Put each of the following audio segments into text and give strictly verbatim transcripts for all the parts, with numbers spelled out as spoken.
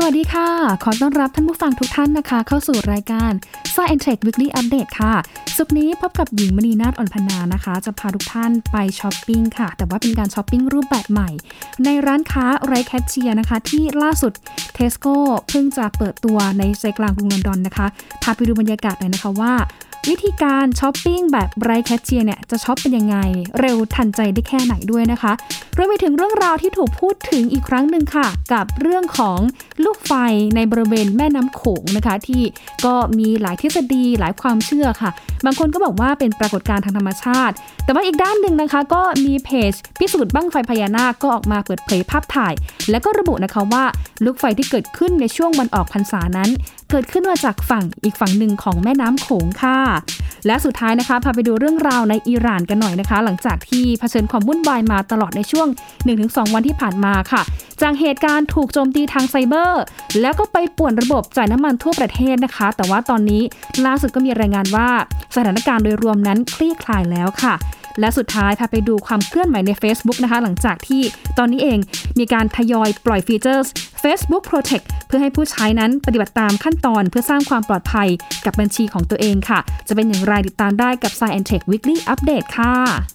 สวัสดีค่ะขอต้อนรับท่านผู้ฟังทุกท่านนะคะเข้าสู่รายการ Science and Tech Weekly Update ค่ะศุกร์นี้พบกับหญิงมณีนาฏอ่อนพนานะคะจะพาทุกท่านไปช้อปปิ้งค่ะแต่ว่าเป็นการช้อปปิ้งรูปแบบใหม่ในร้านค้าไร้แคชเชียร์นะคะที่ล่าสุด Tesco เพิ่งจะเปิดตัวในใจกลางกรุงลอนดอนนะคะพาไปดูบรรยากาศหน่อยนะคะว่าวิธีการช้อปปิ้งแบบไร้แคชเชียร์เนี่ยจะช็อปเป็นยังไงเร็วทันใจได้แค่ไหนด้วยนะคะรวมไปถึงเรื่องราวที่ถูกพูดถึงอีกครั้งหนึ่งค่ะกับเรื่องของลูกไฟในบริเวณแม่น้ำโขงนะคะที่ก็มีหลายทฤษฎีหลายความเชื่อค่ะบางคนก็บอกว่าเป็นปรากฏการณ์ทางธรรมชาติแต่ว่าอีกด้านหนึ่งนะคะก็มีเพจพิสูจน์บั้งไฟพญานาคก็ออกมาเปิดเผยภาพถ่ายและก็ระบุนะคะว่าลูกไฟที่เกิดขึ้นในช่วงวันออกพรรษานั้นเกิดขึ้นมาจากฝั่งอีกฝั่งหนึ่งของแม่น้ำโขงค่ะและสุดท้ายนะคะพาไปดูเรื่องราวในอิหร่านกันหน่อยนะคะหลังจากที่เผชิญความวุ่นวายมาตลอดในช่วง หนึ่งถึงสอง วันที่ผ่านมาค่ะจากเหตุการณ์ถูกโจมตีทางไซเบอร์แล้วก็ไปป่วนระบบจ่ายน้ำมันทั่วประเทศนะคะแต่ว่าตอนนี้ล่าสุดก็มีรายงานว่าสถานการณ์โดยรวมนั้นคลี่คลายแล้วค่ะและสุดท้ายพาไปดูความเคลื่อนไหวใน Facebook นะคะหลังจากที่ตอนนี้เองมีการทยอยปล่อยฟีเจอร์ Facebook Protect เพื่อให้ผู้ใช้นั้นปฏิบัติตามขั้นตอนเพื่อสร้างความปลอดภัยกับบัญชีของตัวเองค่ะจะเป็นอย่างไรติดตามได้กับ Science and Tech Weekly Update ค่ะ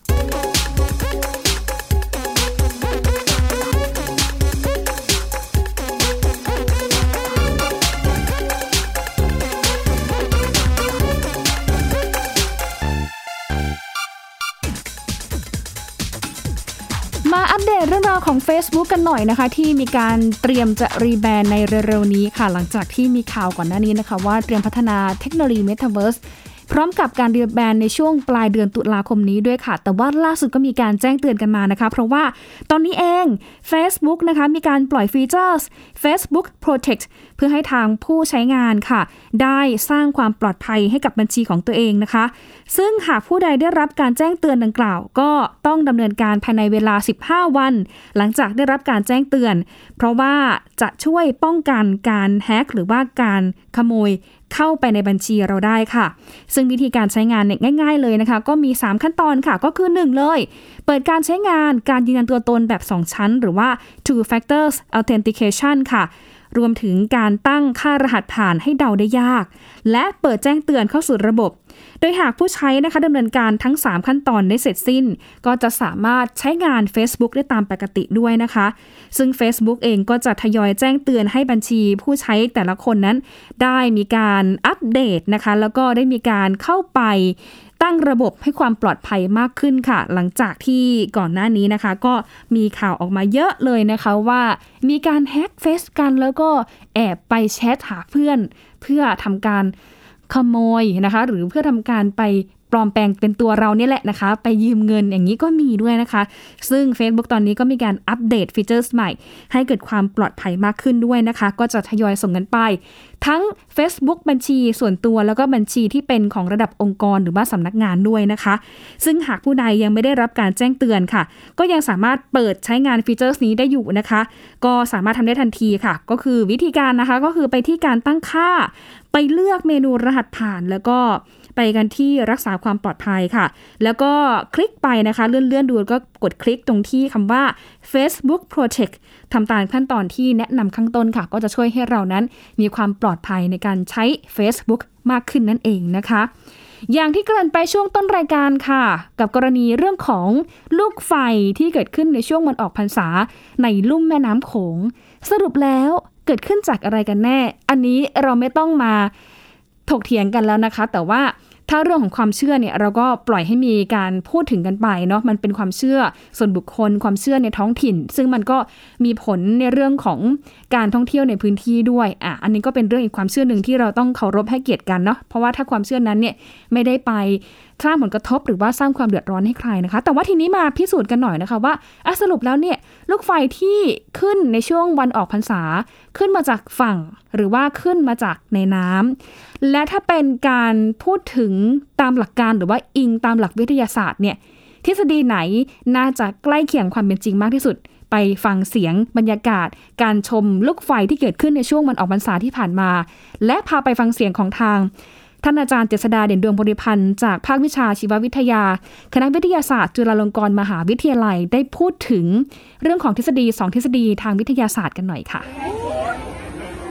มาอัปเดตเรื่องราวของ Facebook กันหน่อยนะคะที่มีการเตรียมจะรีแบรนด์ในเร็วๆนี้ค่ะหลังจากที่มีข่าวก่อนหน้านี้นะคะว่าเตรียมพัฒนาเทคโนโลยี Metaverse พร้อมกับการรีแบรนด์ในช่วงปลายเดือนตุลาคมนี้ด้วยค่ะแต่ว่าล่าสุดก็มีการแจ้งเตือนกันมานะคะเพราะว่าตอนนี้เอง Facebook นะคะมีการปล่อยฟีเจอร์ Facebook Protect เพื่อให้ทางผู้ใช้งานค่ะได้สร้างความปลอดภัยให้กับบัญชีของตัวเองนะคะซึ่งหากผู้ใดได้รับการแจ้งเตือนดังกล่าวก็ต้องดำเนินการภายในเวลาสิบห้าวันหลังจากได้รับการแจ้งเตือนเพราะว่าจะช่วยป้องกันการแฮกหรือว่าการขโมยเข้าไปในบัญชีเราได้ค่ะซึ่งวิธีการใช้งานเนี่ยง่ายๆเลยนะคะก็มีสามขั้นตอนค่ะก็คือหนึ่งเลยเปิดการใช้งานการยืนยันตัวตนแบบสองชั้นหรือว่า two factors authentication ค่ะรวมถึงการตั้งค่ารหัสผ่านให้เดาได้ยากและเปิดแจ้งเตือนเข้าสู่ระบบโดยหากผู้ใช้นะคะดำเนินการทั้งสามขั้นตอนได้เสร็จสิ้นก็จะสามารถใช้งาน Facebook ได้ตามปกติด้วยนะคะซึ่ง Facebook เองก็จะทยอยแจ้งเตือนให้บัญชีผู้ใช้แต่ละคนนั้นได้มีการอัปเดตนะคะแล้วก็ได้มีการเข้าไปตั้งระบบให้ความปลอดภัยมากขึ้นค่ะหลังจากที่ก่อนหน้านี้นะคะก็มีข่าวออกมาเยอะเลยนะคะว่ามีการแฮ็กเฟซกันแล้วก็แอบไปแชทหาเพื่อนเพื่อทำการขโมยนะคะหรือเพื่อทำการไปปลอมแปลงเป็นตัวเราเนี่ยแหละนะคะไปยืมเงินอย่างนี้ก็มีด้วยนะคะซึ่ง Facebook ตอนนี้ก็มีการอัปเดตฟีเจอร์ใหม่ให้เกิดความปลอดภัยมากขึ้นด้วยนะคะก็จะทยอยส่งกันไปทั้ง Facebook บัญชีส่วนตัวแล้วก็บัญชีที่เป็นของระดับองค์กรหรือว่าสำนักงานด้วยนะคะซึ่งหากผู้ใดยังไม่ได้รับการแจ้งเตือนค่ะก็ยังสามารถเปิดใช้งานฟีเจอร์นี้ได้อยู่นะคะก็สามารถทำได้ทันทีค่ะก็คือวิธีการนะคะก็คือไปที่การตั้งค่าไปเลือกเมนูรหัสผ่านแล้วก็ไปกันที่รักษาความปลอดภัยค่ะแล้วก็คลิกไปนะคะเลื่อนๆดูก็กดคลิกตรงที่คำว่า Facebook Protect ทำตามขั้นตอนที่แนะนำข้างต้นค่ะก็จะช่วยให้เรานั้นมีความปลอดภัยในการใช้ Facebook มากขึ้นนั่นเองนะคะอย่างที่เกริ่นไปช่วงต้นรายการค่ะกับกรณีเรื่องของลูกไฟที่เกิดขึ้นในช่วงวันออกพรรษาในลุ่มแม่น้ำโขงสรุปแล้วเกิดขึ้นจากอะไรกันแน่อันนี้เราไม่ต้องมาถกเถียงกันแล้วนะคะแต่ว่าถ้าเรื่องของความเชื่อเนี่ยเราก็ปล่อยให้มีการพูดถึงกันไปเนาะมันเป็นความเชื่อส่วนบุคคลความเชื่อในท้องถิ่นซึ่งมันก็มีผลในเรื่องของการท่องเที่ยวในพื้นที่ด้วยอ่ะอันนี้ก็เป็นเรื่องอีกความเชื่อหนึ่งที่เราต้องเคารพให้เกียรติกันเนาะเพราะว่าถ้าความเชื่อนั้นเนี่ยไม่ได้ไปสร้างผลกระทบหรือว่าสร้างความเดือดร้อนให้ใครนะคะแต่ว่าทีนี้มาพิสูจน์กันหน่อยนะคะว่าอ่ะสรุปแล้วเนี่ยลูกไฟที่ขึ้นในช่วงวันออกพรรษาขึ้นมาจากฝั่งหรือว่าขึ้นมาจากในน้ำและถ้าเป็นการพูดถึงตามหลักการหรือว่าอิงตามหลักวิทยาศาสตร์เนี่ยทฤษฎีไหนน่าจะใกล้เคียงความเป็นจริงมากที่สุดไปฟังเสียงบรรยากาศการชมลูกไฟที่เกิดขึ้นในช่วงวันออกพรรษาที่ผ่านมาและพาไปฟังเสียงของทางท่านอาจารย์เจษฎาเด่นดวงบริพันธ์จากภาควิชาชีววิทยาคณะวิทยาศาสตร์จุฬาลงกรณ์มหาวิทยาลัยได้พูดถึงเรื่องของทฤษฎีสองทฤษฎีทางวิทยาศาสตร์กันหน่อยค่ะ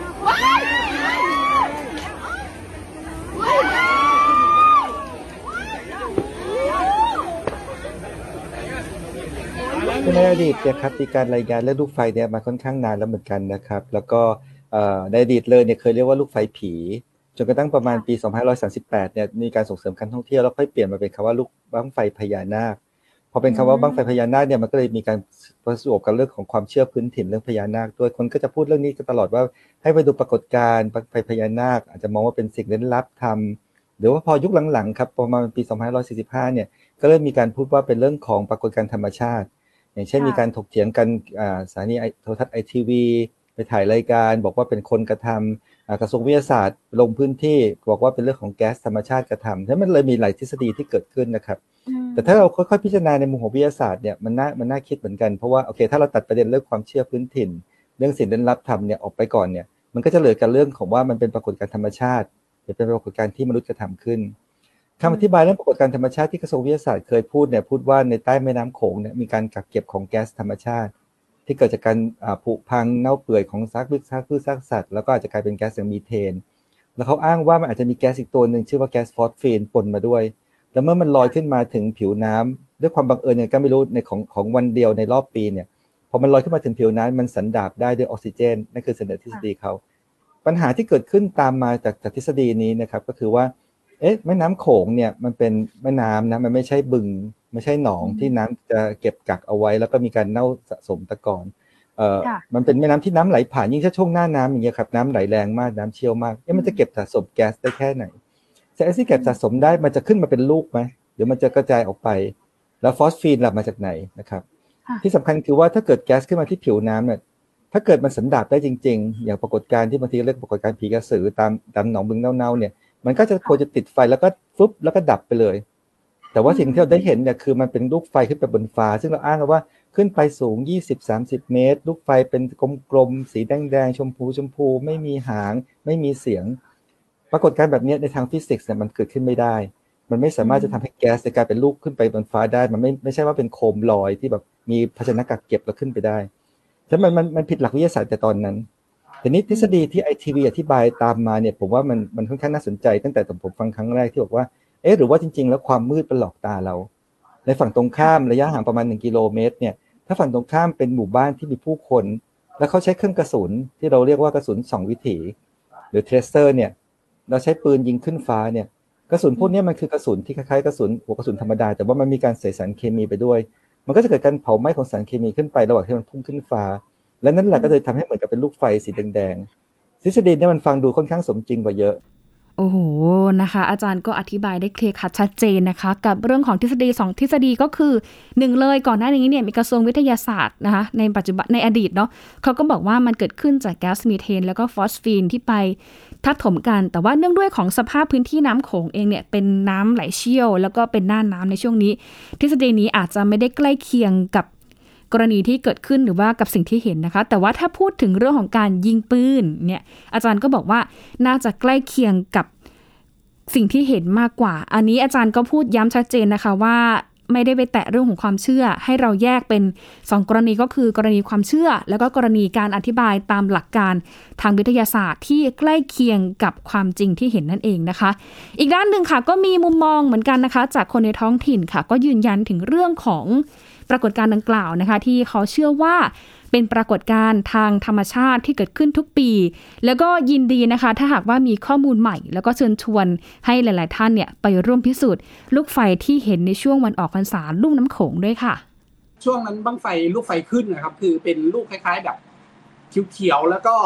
คือในอดีตเนี่ยครับมีการรายงานเรื่องลูกไฟเนี่ยมาค่อนข้างนานแล้วเหมือนกันนะครับแล้วก็ในอดีตเลยเนี่ยเคยเรียกว่าลูกไฟผีจนกระทั่งประมาณปีสองพันห้าร้อยสามสิบแปดเนี่ยมีการส่งเสริมการท่องเที่ยวแล้วค่อยเปลี่ยนมาเป็นคำว่าลูกบั้งไฟพญานาคพอเป็นคำว่าบั้งไฟพญานาคเนี่ยมันก็เลยมีการประสบกับเรื่องของความเชื่อพื้นถิ่นเรื่องพญานาคด้วยคนก็จะพูดเรื่องนี้กันตลอดว่าให้ไปดูปรากฏการณ์บั้งไฟพญานาคอาจจะมองว่าเป็นสิ่งลึกลับธรรมหรือว่าพอยุคหลังๆครับประมาณปีสองพันห้าร้อยสี่สิบห้าเนี่ยก็เริ่มมีการพูดว่าเป็นเรื่องของปรากฏการณ์ธรรมชาติอย่างเช่นมีการถกเถียงกันสถานีโทรทัศน์ไอทีวีไปถ่ายรายการบอกว่าเป็นคนกระทำกระทรวงวิทยาศาสตร์ลงพื้นที่บอกว่าเป็นเรื่องของแก๊สธรรมชาติกระทำฉะนั้นมันเลยมีหลายทฤษฎีที่เกิดขึ้นนะครับแต่ถ้าเราค่อยๆพิจารณาในมุมของวิทยาศาสตร์เนี่ยมันน่ามันน่าคิดเหมือนกันเพราะว่าโอเคถ้าเราตัดประเด็นเรื่องความเชื่อพื้นถิ่นเรื่องสิ่งลึกลับธรรมเนี่ยออกไปก่อนเนี่ยมันก็จะเหลือกันเรื่องของว่ามันเป็นปรากฏการณ์ธรรมชาติหรือเป็นปรากฏการณ์ที่มนุษย์กระทำขึ้นคำอธิบายเรื่องปรากฏการณ์ธรรมชาติที่กระทรวงวิทยาศาสตร์เคยพูดเนี่ยพูดว่าในใต้แม่น้ำโขงเนี่ยมีการกักเก็บของแก๊สธรรมชาติที่เกิดจากการผุพังเน่าเปื่อยของซากพืชซากพืชซากสัตว์แล้วก็อาจจะกลายเป็นแก๊สอย่างมีเทนแล้วเขาอ้างว่ามันอาจจะมีแก๊สอีกตัวหนึ่งชื่อว่าแก๊สฟอสฟีนปนมาด้วยแล้วเมื่อมันลอยขึ้นมาถึงผิวน้ำด้วยความบังเอิญเนี่ยก็ไม่รู้ในของของวันเดียวในรอบปีเนี่ยพอมันลอยขึ้นมาถึงผิวน้ำมันสันดาปได้ด้วยออกซิเจนนั่นคือเสนอทฤษฎีเขาปัญหาที่เกิดขึ้นตามมาจากจากทฤษฎีนี้นะครับก็คือว่าเอ๊ะแม่น้ำโขงเนี่ยมันเป็นแม่น้ำนะมันไม่ใช่บึงไม่ใช่หนองที่น้ำจะเก็บกักเอาไว้แล้วก็มีการเน่าสะสมตะกอนเอ่อมันเป็นแม่น้ำที่น้ำไหลผ่านยิ่งถ้าช่วงหน้าน้ำอย่างเงี้ยครับน้ำไหลแรงมากน้ำเชี่ยวมากเอ๊ะมันจะเก็บสะสมแก๊สได้แค่ไหนแต่ไอ้ที่เก็บสะสมได้มันจะขึ้นมาเป็นลูกไหมหรือมันจะกระจายออกไปแล้วฟอสฟีนล่ะมาจากไหนนะครับที่สำคัญคือว่าถ้าเกิดแก๊สขึ้นมาที่ผิวน้ำเนี่ยถ้าเกิดมันสันดาปได้จริงๆอย่างปรากฏการณ์ที่บางทีเรียกปรากฏการณ์ผีกระสือตามตามหนองบึงเน่าๆเนี่ยมันก็จะควรจะติดไฟแล้วก็ฟึบแล้วก็ดับไปเลยแต่ว่าสิ่งที่เราได้เห็นเนี่ยคือมันเป็นลูกไฟขึ้นไปบนฟ้าซึ่งเราอ้างกันว่าขึ้นไปสูง ยี่สิบถึงสามสิบ เมตรลูกไฟเป็นกลมๆสีแดงๆชมพูชมพูไม่มีหางไม่มีเสียงปรากฏการณ์แบบนี้ในทางฟิสิกส์เนี่ยมันเกิดขึ้นไม่ได้มันไม่สามารถจะทำให้แก๊สกลายเป็นลูกขึ้นไปบนฟ้าได้มันไม่ไม่ใช่ว่าเป็นโคมลอยที่แบบมีภาชนะกักเก็บแล้วขึ้นไปได้ฉะนั้นมันมันมันผิดหลักวิทยาศาสตร์แต่ตอนนั้นทีนี้ทฤษฎีที่ไอทีวีอธิบายตามมาเนี่ยผมว่ามันมันค่อนข้างน่าสนใจตั้งแต่ผมฟังครั้งแรกที่บอกว่าเอ๊ะหรือว่าจริงๆแล้วความมืดเป็นหลอกตาเราในฝั่งตรงข้ามระยะห่างประมาณหนึ่งกิโลเมตรเนี่ยถ้าฝั่งตรงข้ามเป็นหมู่บ้านที่มีผู้คนแล้วเขาใช้เครื่องกระสุนที่เราเรียกว่ากระสุนสองวิถีหรือเทรเซอร์เนี่ยเราใช้ปืนยิงขึ้นฟ้าเนี่ยกระสุนพวกนี้มันคือกระสุนที่คล้ายๆกระสุนหัวกระสุนธรรมดาแต่ว่ามันมีการใส่สารเคมีไปด้วยมันก็จะเกิดการเผาไหม้ของสารเคมีขึ้นไประหว่างที่มันพุ่งขึ้นฟ้าและนั่นแหละก็เลยทำให้เหมือนกับเป็นลูกไฟสีแดงๆทฤษฎีนี้มันฟังดูค่อนข้างสมจริงกว่าเยอะโอ้โหนะคะอาจารย์ก็อธิบายได้เคลียร์ชัดชัดเจนนะคะกับเรื่องของทฤษฎีสองทฤษฎีก็คือหนึ่งเลยก่อนหน้านี้เนี่ยมีกระทรวงวิทยาศาสตร์นะคะในปัจจุบันในอดีตเนาะเขาก็บอกว่ามันเกิดขึ้นจากแก๊สมีเทนแล้วก็ฟอสฟีนที่ไปทับถมกันแต่ว่าเนื่องด้วยของสภาพพื้นที่น้ำโขงเองเนี่ยเป็นน้ำไหลเชี่ยวแล้วก็เป็นหน้าน้ำในช่วงนี้ทฤษฎีนี้อาจจะไม่ได้ใกล้เคียงกับกรณีที่เกิดขึ้นหรือว่ากับสิ่งที่เห็นนะคะแต่ว่าถ้าพูดถึงเรื่องของการยิงปืนเนี่ยอาจารย์ก็บอกว่าน่าจะใกล้เคียงกับสิ่งที่เห็นมากกว่าอันนี้อาจารย์ก็พูดย้ำชัดเจนนะคะว่าไม่ได้ไปแตะเรื่องของความเชื่อให้เราแยกเป็นสองกรณีก็คือกรณีความเชื่อแล้วก็กรณีการอธิบายตามหลักการทางวิทยาศาสตร์ที่ใกล้เคียงกับความจริงที่เห็นนั่นเองนะคะอีกด้านหนึ่งค่ะก็มีมุมมองเหมือนกันนะคะจากคนในท้องถิ่นค่ะก็ยืนยันถึงเรื่องของปรากฏการณ์ดังกล่าวนะคะที่เขาเชื่อว่าเป็นปรากฏการณ์ทางธรรมชาติที่เกิดขึ้นทุกปีแล้วก็ยินดีนะคะถ้าหากว่ามีข้อมูลใหม่แล้วก็เชิญชวนให้หลายๆท่านเนี่ยไปร่วมพิสูจน์ลูกไฟที่เห็นในช่วงวันออกพรรษาลุ่มน้ำโขงด้วยค่ะช่วงนั้นบั้งไฟลูกไฟขึ้นนะครับคือเป็นลูกคล้ายๆแบบเขียวๆแล้วก็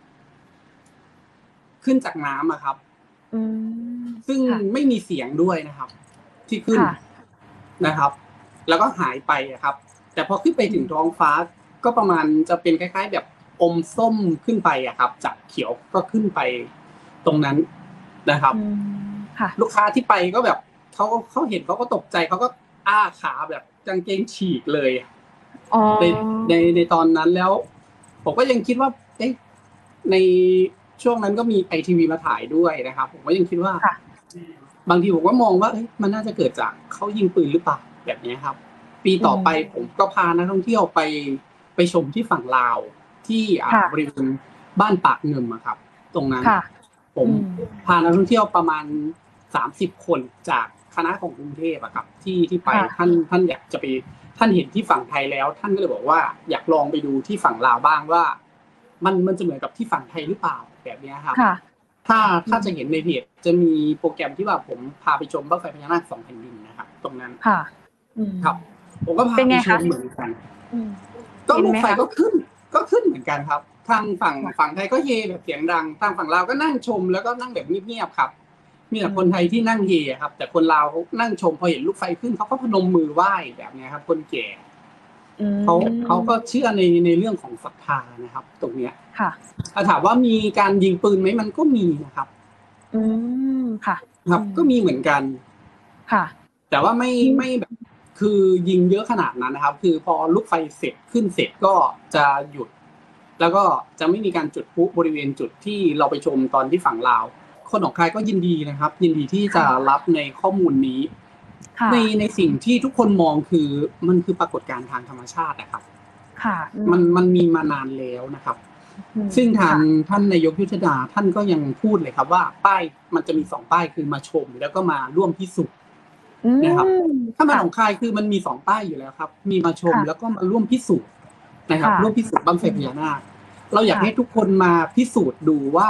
ขึ้นจากน้ำอะครับซึ่งไม่มีเสียงด้วยนะครับที่ขึ้นนะครับแล้วก็หายไปอะครับแต่พอขึ้นไปถึงท้องฟ้าก็ประมาณจะเป็นคล้ายๆแบบอมส้มขึ้นไปอะครับจากเขียวก็ขึ้นไปตรงนั้นนะครับลูกค้าที่ไปก็แบบเขาเขาเห็นเขาก็ตกใจเขาก็อ้าขาแบบกางเกงฉีกเลยในในในตอนนั้นแล้วผมก็ยังคิดว่าเอ๊ะในช่วงนั้นก็มีไอทีวีมาถ่ายด้วยนะครับผมก็ยังคิดว่าบางทีผมก็มองว่าเอ๊ะมันน่าจะเกิดจากเขายิงปืนหรือเปล่าแบบนี้ครับปีต่อไปผมก็พานักท่องเที่ยวไปไปชมที่ฝั่งลาวที่บริเวณบ้านปากเงิมอะครับตรงนั้นผมพานักท่องเที่ยวประมาณสามสิบคนจากคณะของกรุงเทพอะครับที่ที่ไปท่านท่านอยากจะไปท่านเห็นที่ฝั่งไทยแล้วท่านก็เลยบอกว่าอยากลองไปดูที่ฝั่งลาวบ้างว่ามันมันจะเหมือนกับที่ฝั่งไทยหรือเปล่าแบบนี้ครับถ้าถ้าจะเห็นในเพจจะมีโปรแกรมที่ว่าผมพาไปชมบั้งไฟพญานาคสองแผ่นดินนะครับตรงนั้นค่ะครับผมก็พาไปชมเหมือนกันก็ลูกไฟก็ขึ้นก็ขึ้นเหมือนกันครับทางฝั่งฝั่งไทยก็เฮแบบเสียงดังทางฝั่งลาวก็นั่งชมแล้วก็นั่งแบบเงียบๆครับมีแต่คนไทยที่นั่งเฮครับแต่คนลาวเขานั่งชมพอเห็นลูกไฟขึ้นเขาก็พนมมือไหว้แบบนี้ครับคนแก่เขาเขาก็เชื่อในในเรื่องของศรัทธานะครับตรงเนี้ยค่ะถามว่ามีการยิงปืนไหมมันก็มีนะครับอืมค่ะครับก็มีเหมือนกันค่ะแต่ว่าไม่ไม่แบบคือยิงเยอะขนาดนั้นนะครับคือพอลูกไฟเสร็จขึ้นเสร็จก็จะหยุดแล้วก็จะไม่มีการจุดพลุบริเวณจุดที่เราไปชมตอนที่ฝั่งลาวคนของใครก็ยินดีนะครับยินดีที่จะรับในข้อมูลนี้ในในสิ่งที่ทุกคนมองคือมันคือปรากฏการณ์ทางธรรมชาตินะครับค่ะมันมันมีมานานแล้วนะครับซึ่งทางท่านนายกยุทธดาท่านก็ยังพูดเลยครับว่าป้ายมันจะมีสองป้ายคือมาชมแล้วก็มาร่วมพิสูจน์นะครับถ้ามาหนองคายคือมันมีสองป้ายอยู่แล้วครับมีมาชมแล้วก็มาร่วมพิสูจน์นะครับร่วมพิสูจน์บั้งไฟพญานาคเราอยากให้ทุกคนมาพิสูจน์ดูว่า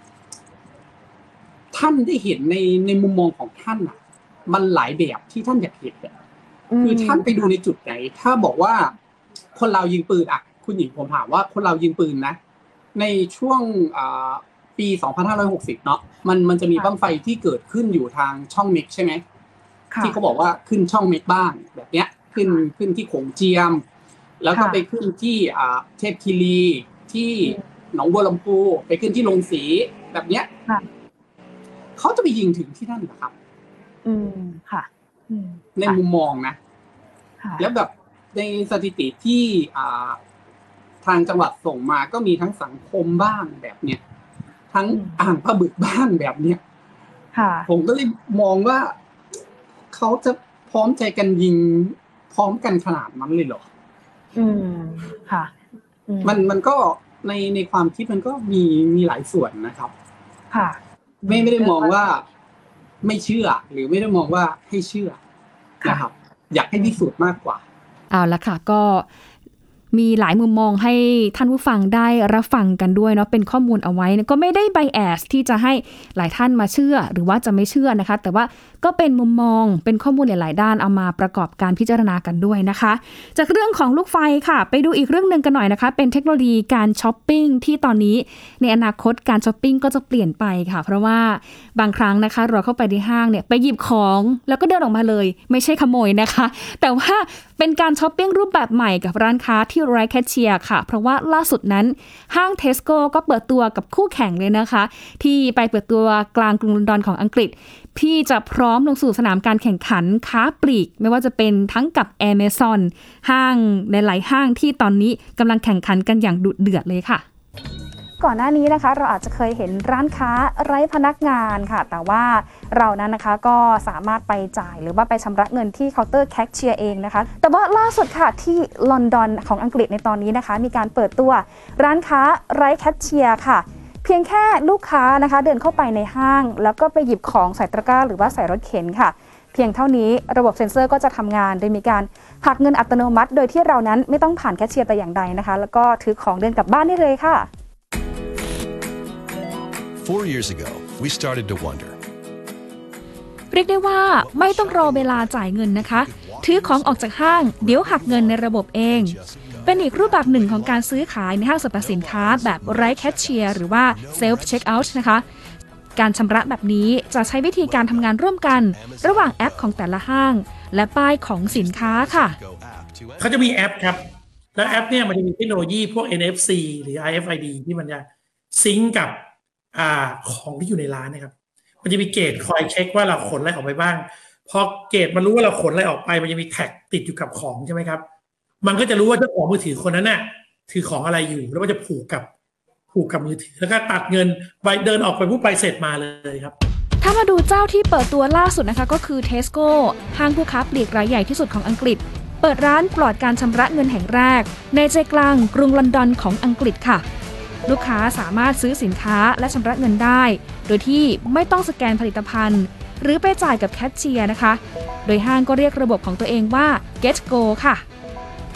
ท่านได้เห็นในในมุมมองของท่านอ่ะมันหลายแบบที่ท่านอยากเห็นอ่ะคือท่านไปดูในจุดไหนถ้าบอกว่าคนเรายิงปืนอ่ะคุณหญิงผมถามว่าคนเรายิงปืนนะในช่วงอ่าปีสองพันห้าร้อยหกสิบเนาะมันมันจะมีบั้งไฟที่เกิดขึ้นอยู่ทางช่องเม็กใช่ไหมที่เขาบอกว่าขึ้นช่องเม็กบ้างแบบเนี้ยขึ้นขึ้นที่โขงเจียมแล้วก็ไปขึ้นที่อ่าเทพคีรีที่หนองบัวลำพูไปขึ้นที่ลงสีแบบเนี้ยเขาจะไปยิงถึงที่นั่นเหรอครับอืมค่ะในมุมมองนะแล้วแบบในสถิติที่อ่าทางจังหวัดส่งมาก็มีทั้งสังคมบ้างแบบเนี้ยทั้งอ่างปลาบึกบ้างแบบเนี้ยผมก็เลยมองว่าเขาจะพร้อมใจกันยิงพร้อมกันขนาดนั้นเลยเหรออืมค่ะมันมันก็ในในความคิดมันก็มีมีหลายส่วนนะครับค่ะไม่ไม่ได้มองว่าไม่เชื่อหรือไม่ได้มองว่าให้เชื่อนะครับอยากให้พิสูจน์มากกว่าเอาละค่ะก็มีหลายมุมมองให้ท่านผู้ฟังได้รับฟังกันด้วยเนาะเป็นข้อมูลเอาไว้ก็ไม่ได้ไบแอสที่จะให้หลายท่านมาเชื่อหรือว่าจะไม่เชื่อนะคะแต่ว่าก็เป็นมุมมองเป็นข้อมูลหลายๆด้านเอามาประกอบการพิจารณากันด้วยนะคะจากเรื่องของลูกไฟค่ะไปดูอีกเรื่องนึงกันหน่อยนะคะเป็นเทคโนโลยีการช้อปปิ้งที่ตอนนี้ในอนาคตการช้อปปิ้งก็จะเปลี่ยนไปค่ะเพราะว่าบางครั้งนะคะเราเข้าไปในห้างเนี่ยไปหยิบของแล้วก็เดินออกมาเลยไม่ใช่ขโมยนะคะแต่ว่าเป็นการช้อปปิ้งรูปแบบใหม่กับร้านค้าที่ไร้แคชเชียร์ค่ะเพราะว่าล่าสุดนั้นห้าง Tesco ก็เปิดตัวกับคู่แข่งเลยนะคะที่ไปเปิดตัวกลางกรุงลอนดอนของอังกฤษที่จะพร้อมลงสู่สนามการแข่งขันค้าปลีกไม่ว่าจะเป็นทั้งกับ Amazon ห้างหลายๆห้างที่ตอนนี้กำลังแข่งขันกันอย่างดุเดือดเลยค่ะก่อนหน้านี้นะคะเราอาจจะเคยเห็นร้านค้าไร้พนักงานค่ะแต่ว่าเรานั้นนะคะก็สามารถไปจ่ายหรือว่าไปชำระเงินที่เคาน์เตอร์แคชเชียร์เองนะคะแต่ว่าล่าสุดค่ะที่ลอนดอนของอังกฤษในตอนนี้นะคะมีการเปิดตัวร้านค้าไร้แคชเชียร์ค่ะเพียงแค่ลูกค้านะคะเดินเข้าไปในห้างแล้วก็ไปหยิบของใส่ตะกร้าหรือว่าใส่รถเข็นค่ะเพียงเท่านี้ระบบเซ็นเซอร์ก็จะทำงานโดยมีการหักเงินอัตโนมัติโดยที่เรานั้นไม่ต้องผ่านแคชเชียร์แต่อย่างใดนะคะแล้วก็ถือของเดินกลับบ้านได้เลยค่ะ Four years ago, we started to wonder. เรียกได้ว่าไม่ต้องรอเวลาจ่ายเงินนะคะถือของออกจากห้างเดี๋ยวหักเงินในระบบเองเป็นอีกรูปแบบหนึ่งของการซื้อขายในห้างสรรพสินค้าแบบไร้แคชเชียร์หรือว่าเซลฟ์เช็คเอาท์นะคะการชำระแบบนี้จะใช้วิธีการทำงานร่วมกันระหว่างแอปของแต่ละห้างและป้ายของสินค้าค่ะเขาจะมีแอปครับแล้วแอปเนี่ยมันจะมีเทคโนโลยีพวก เอ็น เอฟ ซี หรือ ไอ เอฟ ไอ ดี ที่มันจะซิงก์กับอ่าของที่อยู่ในร้านนะครับมันจะมีเกจคอยเช็คว่าเราขนอะไรออกไปบ้างพอเกจมันรู้ว่าเราขนอะไรออกไปมันจะมีแท็กติดอยู่กับของใช่ไหมครับมันก็จะรู้ว่าเจ้าของมือถือคนนั้นน่ะถือของอะไรอยู่แล้วก็จะผูกกับผูกกับมือถือแล้วก็ตัดเงินใบเดินออกไปผู้ไปเสร็จมาเลยครับถ้ามาดูเจ้าที่เปิดตัวล่าสุดนะคะก็คือ Tesco ห้างผู้ค้าปลีกรายใหญ่ที่สุดของอังกฤษเปิดร้านปลอดการชำระเงินแห่งแรกในใจกลางกรุงลอนดอนของอังกฤษค่ะลูกค้าสามารถซื้อสินค้าและชำระเงินได้โดยที่ไม่ต้องสแกนผลิตภัณฑ์หรือไปจ่ายกับแคชเชียร์นะคะโดยห้างก็เรียกระบบของตัวเองว่า Get Go ค่ะ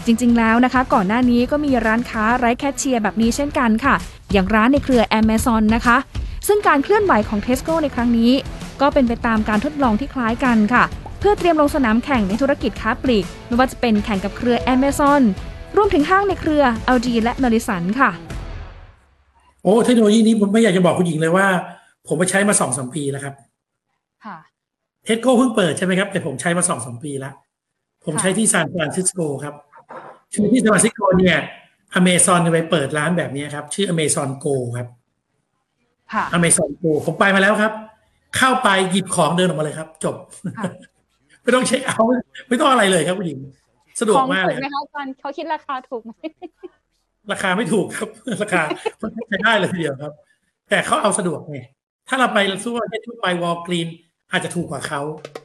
จริงๆแล้วนะคะก่อนหน้านี้ก็มีร้านค้าไร้แคชเชียร์แบบนี้เช่นกันค่ะอย่างร้านในเครือ Amazon นะคะซึ่งการเคลื่อนไหวของ Tesco ในครั้งนี้ก็เป็นไปตามการทดลองที่คล้ายกันค่ะเพื่อเตรียมลงสนามแข่งในธุรกิจค้าปลีกไม่ว่าจะเป็นแข่งกับเครือ Amazon รวมถึงห้างในเครือ แอล จี และ Madison ค่ะโอ้เทคโนโลยีนี้ผมไม่อยากจะบอกคุณหญิงเลยว่าผมไปใช้มา สองถึงสาม ปีแล้วครับค่ะเทสโก้เพิ่งเปิดใช่ไหมครับแต่ผมใช้มา สองถึงสาม ปีแล้วผมใช้ที่ซานฟรานซิสโกครับชื่อที่ซานฟรานซิสโกเนี่ย Amazon ไปเปิดร้านแบบนี้ครับชื่อ Amazon Go ครับค่ะ Amazon Go ผมไปมาแล้วครับเข้าไปหยิบของเดินออกมาเลยครับจบไม่ต้องเช็คเอาท์ไม่ต้องอะไรเลยครับคุณหญิงสะดวกมากเลยของถูกไหมคะอาจารย์เขาคิดราคาถูกไหมราคาไม่ถูกครับราคาใช้ได้เลยทีเดียวครับแต่เขาเอาสะดวกไงถ้าเราไปซูเปอร์มาร์เก็ตทั่วไปวอลกรีนอาจจะถูกกว่าเขา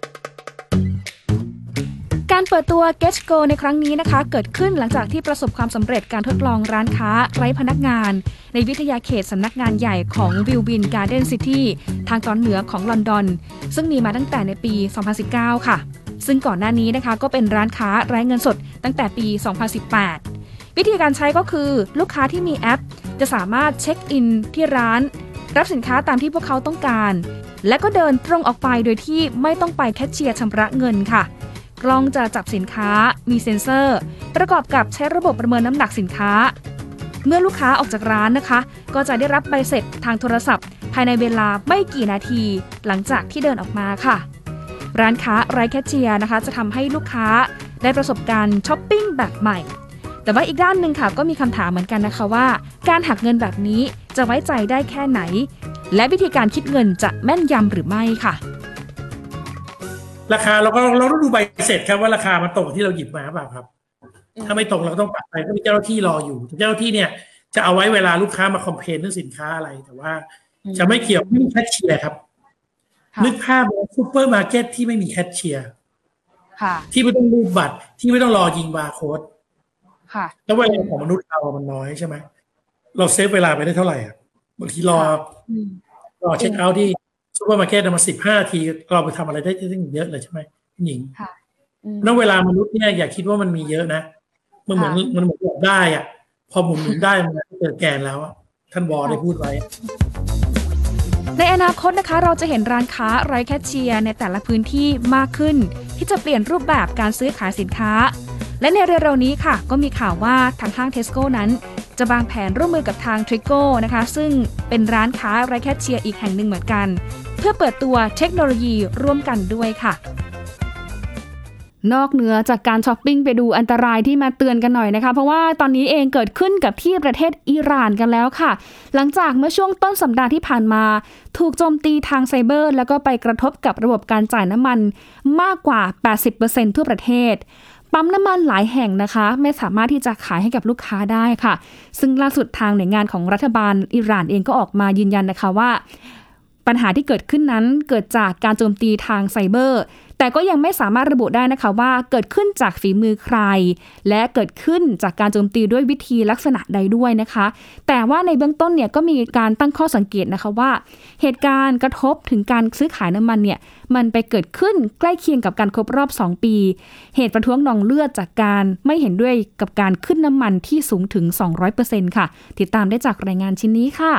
การเปิดตัว Getgo ในครั้งนี้นะคะเกิดขึ้นหลังจากที่ประสบความสำเร็จการทดลองร้านค้าไร้พนักงานในวิทยาเขตสำนักงานใหญ่ของ Wilbin Garden City ทางตอนเหนือของลอนดอนซึ่งมีมาตั้งแต่ในปี สองพันสิบเก้า ค่ะซึ่งก่อนหน้านี้นะคะก็เป็นร้านค้าไร้เงินสดตั้งแต่ปี สองพันสิบแปด วิธีการใช้ก็คือลูกค้าที่มีแอปจะสามารถเช็คอินที่ร้านรับสินค้าตามที่พวกเขาต้องการและก็เดินตรงออกไปโดยที่ไม่ต้องไปแคชเชียร์ชำระเงินค่ะกล้องจะจับสินค้ามีเซ็นเซอร์ประกอบกับใช้ระบบประเมินน้ำหนักสินค้าเมื่อลูกค้าออกจากร้านนะคะก็จะได้รับใบเสร็จทางโทรศัพท์ภายในเวลาไม่กี่นาทีหลังจากที่เดินออกมาค่ะร้านค้าไร้แคชเชียร์นะคะจะทำให้ลูกค้าได้ประสบการณ์ช้อปปิ้งแบบใหม่แต่ว่าอีกด้านหนึ่งค่ะก็มีคำถามเหมือนกันนะคะว่าการหักเงินแบบนี้จะไว้ใจได้แค่ไหนและวิธีการคิดเงินจะแม่นยำหรือไม่ค่ะราคาเราก็เราต้องดูใบเสร็จครับว่าราคามันตรงที่เราหยิบมาหรือเปล่าครับถ้าไม่ตรงเราก็ต้องปรับไปก็มีเจ้าหน้าที่รออยู่เจ้าหน้าที่เนี่ยจะเอาไว้เวลาลูกค้ามาคอมเพลนเรื่องสินค้าอะไรแต่ว่าจะไม่เกี่ยวไม่มีแคชเชียร์ครับนึกภาพว่าซูเปอร์มาร์เก็ตที่ไม่มีแคชเชียร์ที่ไม่ต้องรูดบัตรที่ไม่ต้องรอยิงบาร์โค้ดแล้วเวลาของมนุษย์เรามันน้อยใช่ไหมเราเซฟเวลาไปได้เท่าไหร่อ่ะบางทีรอรอเช็คเอาท์ที่ซูเปอร์มาร์เก็ตมาสิบห้าทีเราไปทำอะไรได้ตั้งเยอะเลยใช่ไหมหญิงนั่นเวลามนุษย์เนี่ยอย่าคิดว่ามันมีเยอะนะมันเหมือนมันเหมือนอยากได้อ่ะพอหมุนหมุนได้มันเกิดแกนแล้วท่านวอได้พูดไว้ในอนาคตนะคะเราจะเห็นร้านค้าไร้แคชเชียร์ในแต่ละพื้นที่มากขึ้นที่จะเปลี่ยนรูปแบบการซื้อขายสินค้าและในเร็วๆนี้ค่ะก็มีข่าวว่าทางห้าง Tesco นั้นจะวางแผนร่วมมือกับทาง Trigo นะคะซึ่งเป็นร้านค้าไร้แคชเชียร์อีกแห่งหนึ่งเหมือนกันเพื่อเปิดตัวเทคโนโลยีร่วมกันด้วยค่ะนอกเหนือจากการช้อปปิ้งไปดูอันตรายที่มาเตือนกันหน่อยนะคะเพราะว่าตอนนี้เองเกิดขึ้นกับที่ประเทศอิหร่านกันแล้วค่ะหลังจากเมื่อช่วงต้นสัปดาห์ที่ผ่านมาถูกโจมตีทางไซเบอร์แล้วก็ไปกระทบกับระบบการจ่ายน้ำมันมากกว่า แปดสิบเปอร์เซ็นต์ ทั่วประเทศปั๊มน้ำมันหลายแห่งนะคะไม่สามารถที่จะขายให้กับลูกค้าได้ค่ะซึ่งล่าสุดทางหน่วยงานของรัฐบาลอิหร่านเองก็ออกมายืนยันนะคะว่าปัญหาที่เกิดขึ้นนั้นเกิดจากการโจมตีทางไซเบอร์แต่ก็ยังไม่สามารถระบุได้นะคะว่าเกิดขึ้นจากฝีมือใครและเกิดขึ้นจากการโจมตีด้วยวิธีลักษณะใดด้วยนะคะแต่ว่าในเบื้องต้นเนี่ยก็มีการตั้งข้อสังเกตนะคะว่าเหตุการณ์กระทบถึงการซื้อขายน้ำมันเนี่ยมันไปเกิดขึ้นใกล้เคียงกับการครบรอบสองปีเหตุประท้วงนองเลือดจากการไม่เห็นด้วยกับการขึ้นน้ำมันที่สูงถึง สองร้อยเปอร์เซ็นต์ ค่ะติดตามได้จากรายงานชิ้นนี้ค่ะ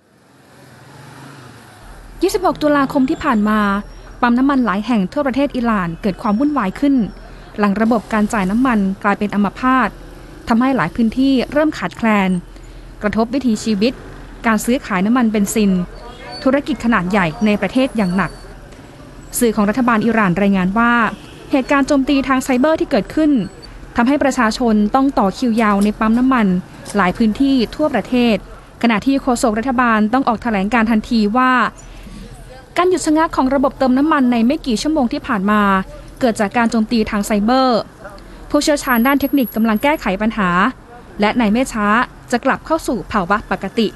ยี่สิบหกตุลาคมที่ผ่านมาปั๊มน้ำมันหลายแห่งทั่วประเทศอิหร่านเกิดความวุ่นวายขึ้นหลังระบบการจ่ายน้ำมันกลายเป็นอัมพาตทำให้หลายพื้นที่เริ่มขาดแคลนกระทบวิถีชีวิตการซื้อขายน้ำมันเบนซินธุรกิจขนาดใหญ่ในประเทศอย่างหนักสื่อของรัฐบาลอิหร่านรายงานว่าเหตุการณ์โจมตีทางไซเบอร์ที่เกิดขึ้นทำให้ประชาชนต้องต่อคิวยาวในปั๊มน้ำมันหลายพื้นที่ทั่วประเทศขณะที่โฆษกรัฐบาลต้องออกแถลงการทันทีว่าการหยุดชะงักของระบบเติมน้ำมันในไม่กี่ชั่วโมงที่ผ่านมาเกิดจากการโจมตีทางไซเบอร์ผู้เชี่ยวชาญด้านเทคนิคกำลังแก้ไขปัญหาและในไม่ช้าจะกลับเข้าสู่ภาวะปกติ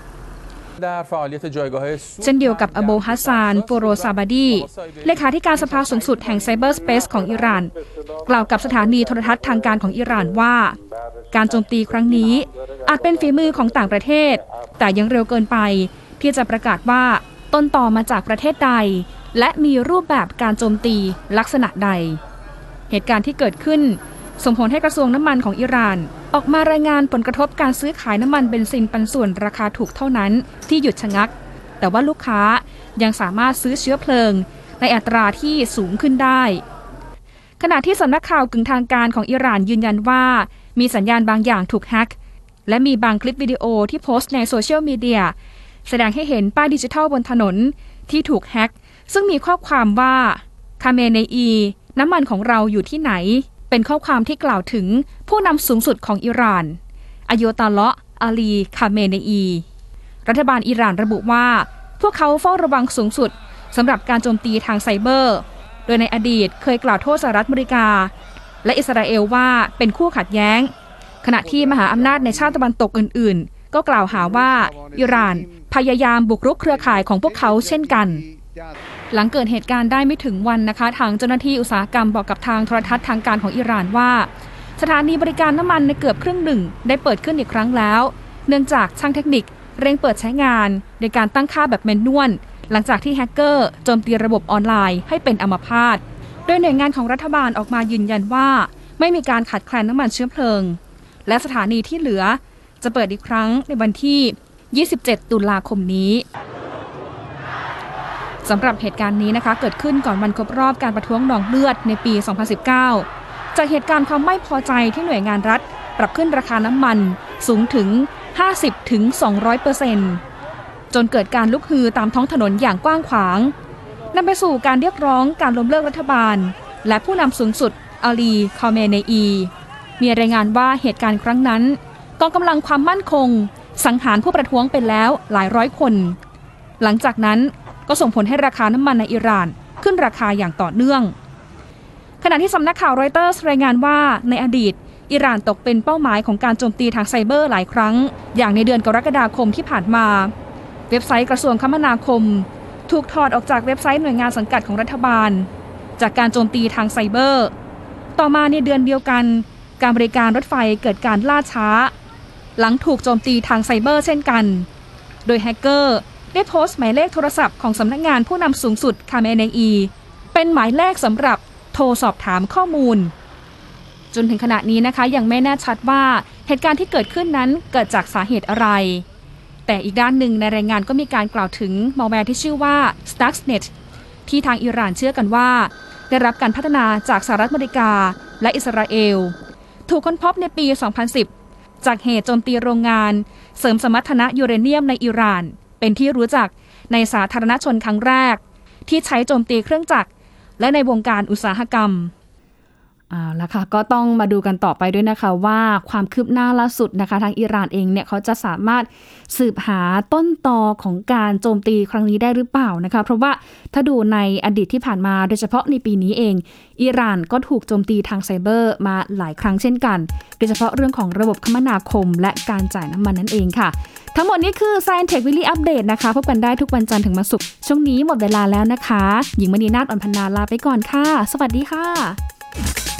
เช่นเดียวกับอโบฮัสซานโฟโรซาบาดีเลขาธิการสภาสูงสุดแห่งไซเบอร์สเปซของอิหร่านกล่าวกับสถานีโทรทัศน์ทางการของอิหร่านว่าการโจมตีครั้งนี้อาจเป็นฝีมือของต่างประเทศแต่ยังเร็วเกินไปที่จะประกาศว่าต้นต่อมาจากประเทศใดและมีรูปแบบการโจมตีลักษณะใดเหตุการณ์ที่เกิดขึ้นส่งผลให้กระทรวงน้ำมันของอิหร่านออกมารายงานผลกระทบการซื้อขายน้ำมันเบนซินปันส่วนราคาถูกเท่านั้นที่หยุดชะงักแต่ว่าลูกค้ายังสามารถซื้อเชื้อเพลิงในอัตราที่สูงขึ้นได้ขณะที่สำนักข่าวกึ่งทางการของอิหร่านยืนยันว่ามีสัญญาณบางอย่างถูกแฮ็กและมีบางคลิปวิดีโอที่โพสต์ในโซเชียลมีเดียแสดงให้เห็นป้ายดิจิทัลบนถนนที่ถูกแฮ็กซึ่งมีข้อความว่าคาเมเนอีน้ำมันของเราอยู่ที่ไหนเป็นข้อความที่กล่าวถึงผู้นำสูงสุดของอิหร่านอัยโตลาห์อาลีคาเมเนอีรัฐบาลอิหร่านระบุว่าพวกเขาเฝ้าระวังสูงสุดสำหรับการโจมตีทางไซเบอร์โดยในอดีตเคยกล่าวโทษสหรัฐอเมริกาและอิสราเอลว่าเป็นคู่ขัดแย้งขณะที่มหาอำนาจในชาติตะวันตกอื่นๆก็กล่าวหาว่าอิหร่านพยายามบุกรุกเครือข่ายของพวกเขาเช่นกันหลังเกิดเหตุการณ์ได้ไม่ถึงวันนะคะทางเจ้าหน้าที่อุตสาหกรรมบอกกับทางโทรทัศน์ทางการของอิหร่านว่าสถานีบริการน้ำมันในเกือบครึ่งหนึ่งได้เปิดขึ้นอีกครั้งแล้วเนื่องจากช่างเทคนิคเร่งเปิดใช้งานในการตั้งค่าแบบแมนนวลหลังจากที่แฮกเกอร์โจมตีระบบออนไลน์ให้เป็นอัมพาตโดยหน่วยงานของรัฐบาลออกมายืนยันว่าไม่มีการขาดแคลนน้ำมันเชื้อเพลิงและสถานีที่เหลือจะเปิดอีกครั้งในวันที่ยี่สิบเจ็ดตุลาคมนี้สำหรับเหตุการณ์นี้นะคะเกิดขึ้นก่อนวันครบรอบการประท้วงหนองเลือดในปี สองพันสิบเก้า จากเหตุการณ์ความไม่พอใจที่หน่วยงานรัฐปรับขึ้นราคาน้ำมันสูงถึง ห้าสิบถึงสองร้อยเปอร์เซ็นต์ จนเกิดการลุกฮือตามท้องถนนอย่างกว้างขวางนำไปสู่การเรียกร้องการล้มเลิกรัฐบาลและผู้นำสูงสุดอาลีคาเมเนอีมีรายงานว่าเหตุการณ์ครั้งนั้นกองกำลังความมั่นคงสังหารผู้ประท้วงไปแล้วหลายร้อยคนหลังจากนั้นก็ส่งผลให้ราคาน้ำมันในอิหร่านขึ้นราคาอย่างต่อเนื่องขณะที่สำนักข่าวรอยเตอร์สรายงานว่าในอดีตอิหร่านตกเป็นเป้าหมายของการโจมตีทางไซเบอร์หลายครั้งอย่างในเดือนกรกฎาคมที่ผ่านมาเว็บไซต์กระทรวงคมนาคมถูกถอดออกจากเว็บไซต์หน่วยงานสังกัดของรัฐบาลจากการโจมตีทางไซเบอร์ต่อมาในเดือนเดียวกันการบริการรถไฟเกิดการล่าช้าหลังถูกโจมตีทางไซเบอร์เช่นกันโดยแฮกเกอร์ได้โพสต์หมายเลขโทรศัพท์ของสำนักงานผู้นำสูงสุดคาเมเนอีเป็นหมายเลขสำหรับโทรสอบถามข้อมูลจนถึงขณะนี้นะคะยังไม่แน่ชัดว่าเหตุการณ์ที่เกิดขึ้นนั้นเกิดจากสาเหตุอะไรแต่อีกด้านหนึ่งในรายงานก็มีการกล่าวถึงมัลแวร์ที่ชื่อว่า Stuxnet ที่ทางอิหร่านเชื่อกันว่าได้รับการพัฒนาจากสหรัฐอเมริกาและอิสราเอลถูกค้นพบในปี สองพันสิบ จากเหตุโจมตีโรงงานเสริมสมรรถนะยูเรเนียมในอิหร่านเป็นที่รู้จักในสาธารณชนครั้งแรกที่ใช้โจมตีเครื่องจักรและในวงการอุตสาหกรรมเอาละค่ะก็ต้องมาดูกันต่อไปด้วยนะคะว่าความคืบหน้าล่าสุดนะคะทางอิหร่านเองเนี่ยเขาจะสามารถสืบหาต้นตอของการโจมตีครั้งนี้ได้หรือเปล่านะคะเพราะว่าถ้าดูในอดีตที่ผ่านมาโดยเฉพาะในปีนี้เองอิหร่านก็ถูกโจมตีทางไซเบอร์มาหลายครั้งเช่นกันโดยเฉพาะเรื่องของระบบคมนาคมและการจ่ายน้ำมันนั่นเองค่ะทั้งหมดนี้คือ Science Tech Weekly Update นะคะพบกันได้ทุกวันจันทร์ถึงวันศุกร์ช่วงนี้หมดเวลาแล้วนะคะหญิงมณีนาฏ อ่อนพรรณาลาไปก่อนค่ะสวัสดีค่ะ